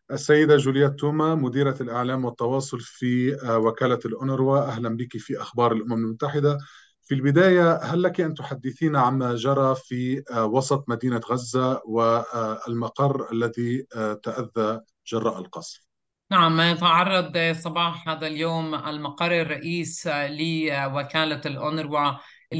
السيدة جولييت توما، مديرة الإعلام والتواصل في وكالة الأونروا، أهلا بك في أخبار الأمم المتحدة. في البداية، هل لك أن تحدثينا عما جرى في وسط مدينة غزة والمقر الذي تأذى جراء القصف؟ نعم، تعرض صباح هذا اليوم المقر الرئيس لوكالة الأونروا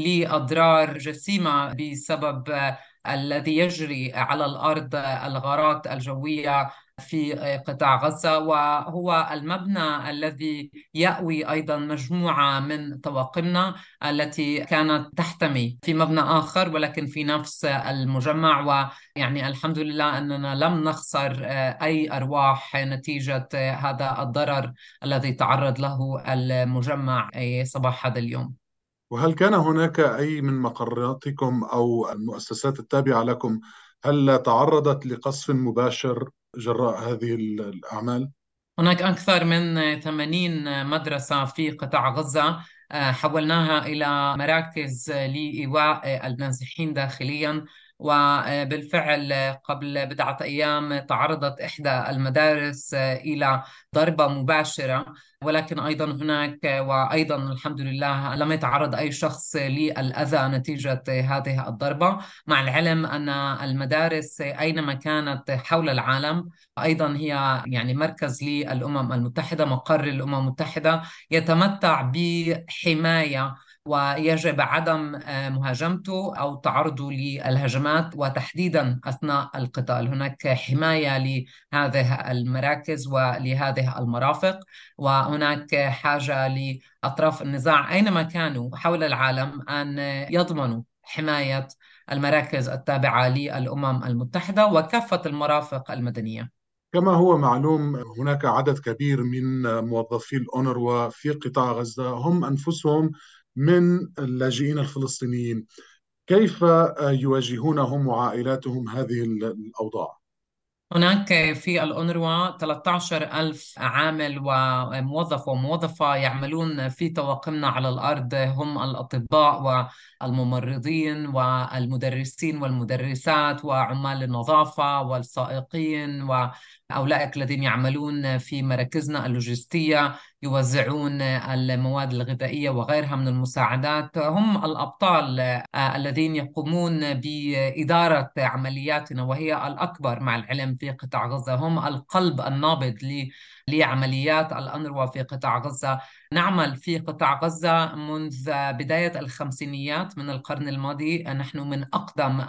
لأضرار جسيمة بسبب الذي يجري على الأرض، الغارات الجوية في قطاع غزة. وهو المبنى الذي يأوي أيضا مجموعة من طواقمنا التي كانت تحتمي في مبنى آخر ولكن في نفس المجمع. يعني الحمد لله أننا لم نخسر أي أرواح نتيجة هذا الضرر الذي تعرض له المجمع صباح هذا اليوم. وهل كان هناك أي من مقراتكم أو المؤسسات التابعة لكم، هل تعرضت لقصف مباشر جراء هذه الأعمال؟ هناك أكثر من 80 مدرسة في قطاع غزة، حولناها إلى مراكز لإيواء النازحين داخليا. وبالفعل قبل بضعة أيام تعرضت إحدى المدارس إلى ضربة مباشرة، ولكن أيضا هناك وأيضا الحمد لله لم يتعرض أي شخص للأذى نتيجة هذه الضربة، مع العلم أن المدارس أينما كانت حول العالم أيضا هي يعني مركز للأمم المتحدة، مقر الأمم المتحدة، يتمتع بحماية، ويجب عدم مهاجمته أو تعرضه للهجمات، وتحديدا أثناء القتال هناك حماية لهذه المراكز ولهذه المرافق. وهناك حاجة لأطراف النزاع أينما كانوا حول العالم أن يضمنوا حماية المراكز التابعة للأمم المتحدة وكافة المرافق المدنية. كما هو معلوم، هناك عدد كبير من موظفي الأونروا في قطاع غزة هم أنفسهم من اللاجئين الفلسطينيين. كيف يواجهونهم وعائلاتهم هذه الأوضاع؟ هناك في الأونروا 13 ألف عامل وموظف وموظفة يعملون في طواقمنا على الأرض، هم الأطباء والممرضين والمدرسين والمدرسات وعمال النظافة والسائقين وأولئك الذين يعملون في مراكزنا اللوجستية، يوزعون المواد الغذائية وغيرها من المساعدات. هم الأبطال الذين يقومون بإدارة عملياتنا، وهي الأكبر مع العلم في قطاع غزة. هم القلب النابض لعمليات الأنروا في قطاع غزة. نعمل في قطاع غزة منذ بداية الخمسينيات من القرن الماضي. نحن من أقدم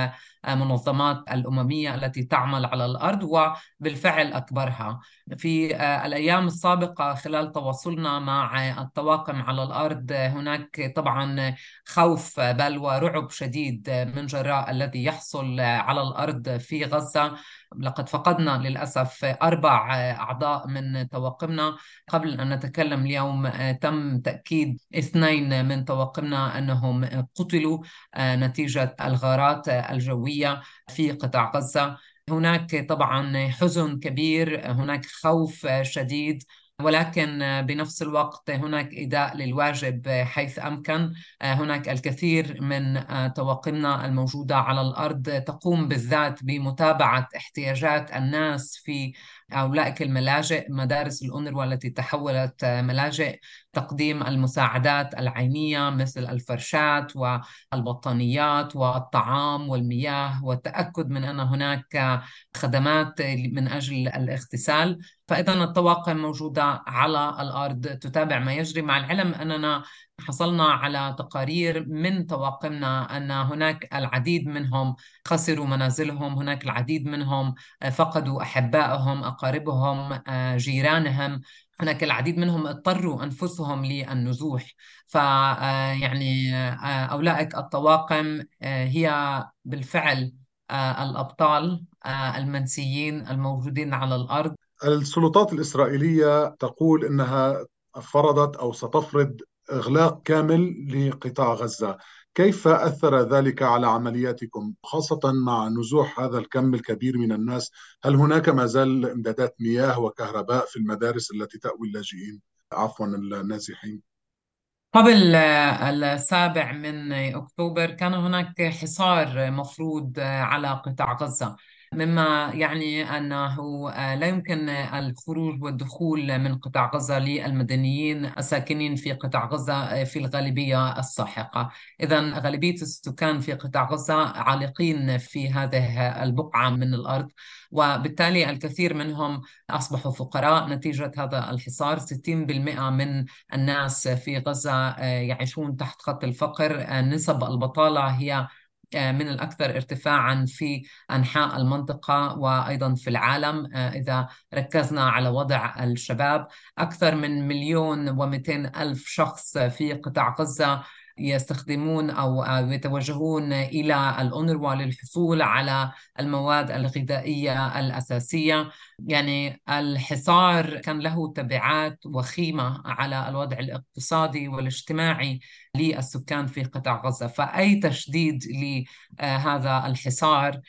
المنظمات الأممية التي تعمل على الأرض، وبالفعل أكبرها. في الأيام السابقة خلال تواصلنا مع الطواقم على الأرض، هناك طبعا خوف بل ورعب شديد من جراء الذي يحصل على الأرض في غزة. لقد فقدنا للأسف 4 أعضاء من طواقمنا. قبل أن نتكلم اليوم تم تأكيد 2 من طواقمنا أنهم قتلوا نتيجة الغارات الجوية في قطاع غزة. هناك طبعا حزن كبير، هناك خوف شديد، ولكن بنفس الوقت هناك إداء للواجب حيث أمكن. هناك الكثير من طواقمنا الموجودة على الأرض تقوم بالذات بمتابعة احتياجات الناس في أولئك الملاجئ، مدارس الأونروا التي تحولت ملاجئ، تقديم المساعدات العينية مثل الفرشات والبطانيات والطعام والمياه، والتأكد من أن هناك خدمات من أجل الاغتسال. فإذا الطواقم موجودة على الأرض تتابع ما يجري، مع العلم أننا حصلنا على تقارير من طواقمنا أن هناك العديد منهم خسروا منازلهم، هناك العديد منهم فقدوا أحبائهم، أقاربهم، جيرانهم. هناك العديد منهم اضطروا أنفسهم للنزوح. فيعني أولئك الطواقم هي بالفعل الأبطال المنسيين الموجودين على الأرض. السلطات الإسرائيلية تقول إنها فرضت أو ستفرض إغلاق كامل لقطاع غزة. كيف أثر ذلك على عملياتكم، خاصة مع نزوح هذا الكم الكبير من الناس؟ هل هناك ما زال إمدادات مياه وكهرباء في المدارس التي تأوي اللاجئين، عفوا النازحين؟ قبل 7 أكتوبر كان هناك حصار مفروض على قطاع غزة. مما يعني أنه لا يمكن الخروج والدخول من قطاع غزة للمدنيين الساكنين في قطاع غزة في الغالبية الساحقة. إذا غالبية السكان في قطاع غزة عالقين في هذه البقعة من الأرض، وبالتالي الكثير منهم أصبحوا فقراء نتيجة هذا الحصار. 60% من الناس في غزة يعيشون تحت خط الفقر. نسب البطالة هي من الأكثر ارتفاعا في أنحاء المنطقة وأيضا في العالم. إذا ركزنا على وضع الشباب، أكثر من 1,200,000 شخص في قطاع غزة يستخدمون أو يتوجهون إلى الأونروا للحصول على المواد الغذائية الأساسية. يعني الحصار كان له تبعات وخيمة على الوضع الاقتصادي والاجتماعي للسكان في قطاع غزة. فأي تشديد لهذا الحصار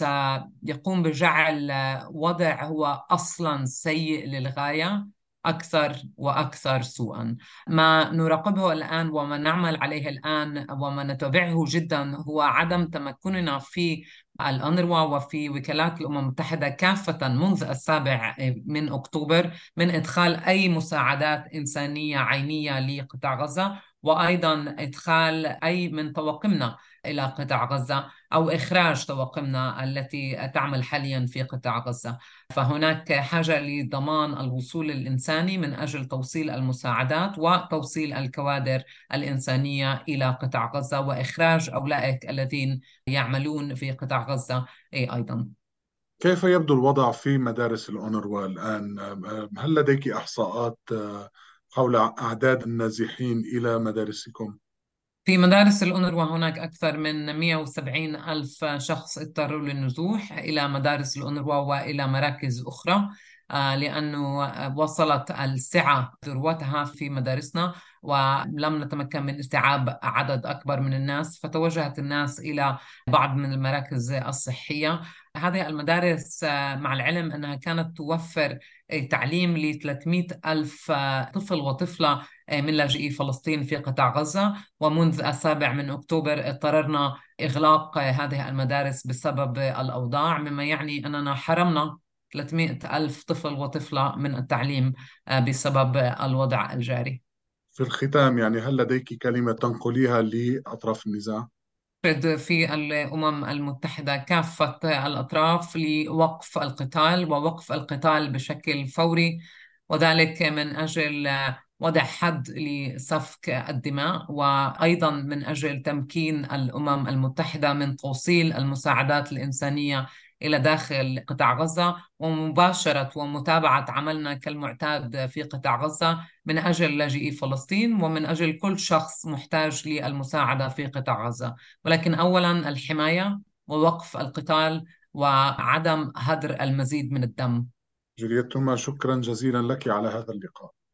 سيقوم بجعل وضع هو أصلا سيء للغاية أكثر وأكثر سوءا. ما نراقبه الآن وما نعمل عليه الآن وما نتابعه جدا هو عدم تمكننا في الأنروا وفي وكالات الأمم المتحدة كافة منذ 7 من أكتوبر من إدخال أي مساعدات إنسانية عينية لقطاع غزة، وأيضا إدخال أي من طواقمنا إلى قطاع غزة أو إخراج طواقمنا التي تعمل حاليا في قطاع غزة. فهناك حاجة لضمان الوصول الإنساني من أجل توصيل المساعدات وتوصيل الكوادر الإنسانية إلى قطاع غزة وإخراج أولئك الذين يعملون في قطاع غزة أيضا. كيف يبدو الوضع في مدارس الأونروا الآن؟ هل لديك إحصاءات حول أعداد النازحين إلى مدارسكم؟ في مدارس الأونروا هناك أكثر من 170 ألف شخص اضطروا للنزوح إلى مدارس الأونروا وإلى مراكز أخرى، لأنه وصلت السعة ذروتها في مدارسنا ولم نتمكن من استيعاب عدد أكبر من الناس، فتوجهت الناس إلى بعض من المراكز الصحية. هذه المدارس مع العلم أنها كانت توفر تعليم ل 300 ألف طفل وطفلة من لاجئي فلسطين في قطاع غزة، ومنذ 7 من أكتوبر اضطررنا إغلاق هذه المدارس بسبب الأوضاع، مما يعني أننا حرمنا 300 ألف طفل وطفلة من التعليم بسبب الوضع الجاري. في الختام يعني هل لديك كلمة تنقليها لأطراف النزاع؟ تفرض في الأمم المتحدة كافة الأطراف لوقف القتال ووقف القتال بشكل فوري، وذلك من أجل وضع حد لسفك الدماء، وأيضا من أجل تمكين الأمم المتحدة من توصيل المساعدات الإنسانية إلى داخل قطاع غزة، ومباشرة ومتابعة عملنا كالمعتاد في قطاع غزة من أجل لاجئي فلسطين ومن أجل كل شخص محتاج للمساعدة في قطاع غزة. ولكن أولا الحماية ووقف القتال وعدم هدر المزيد من الدم. جولييت توما، شكرا جزيلا لك على هذا اللقاء.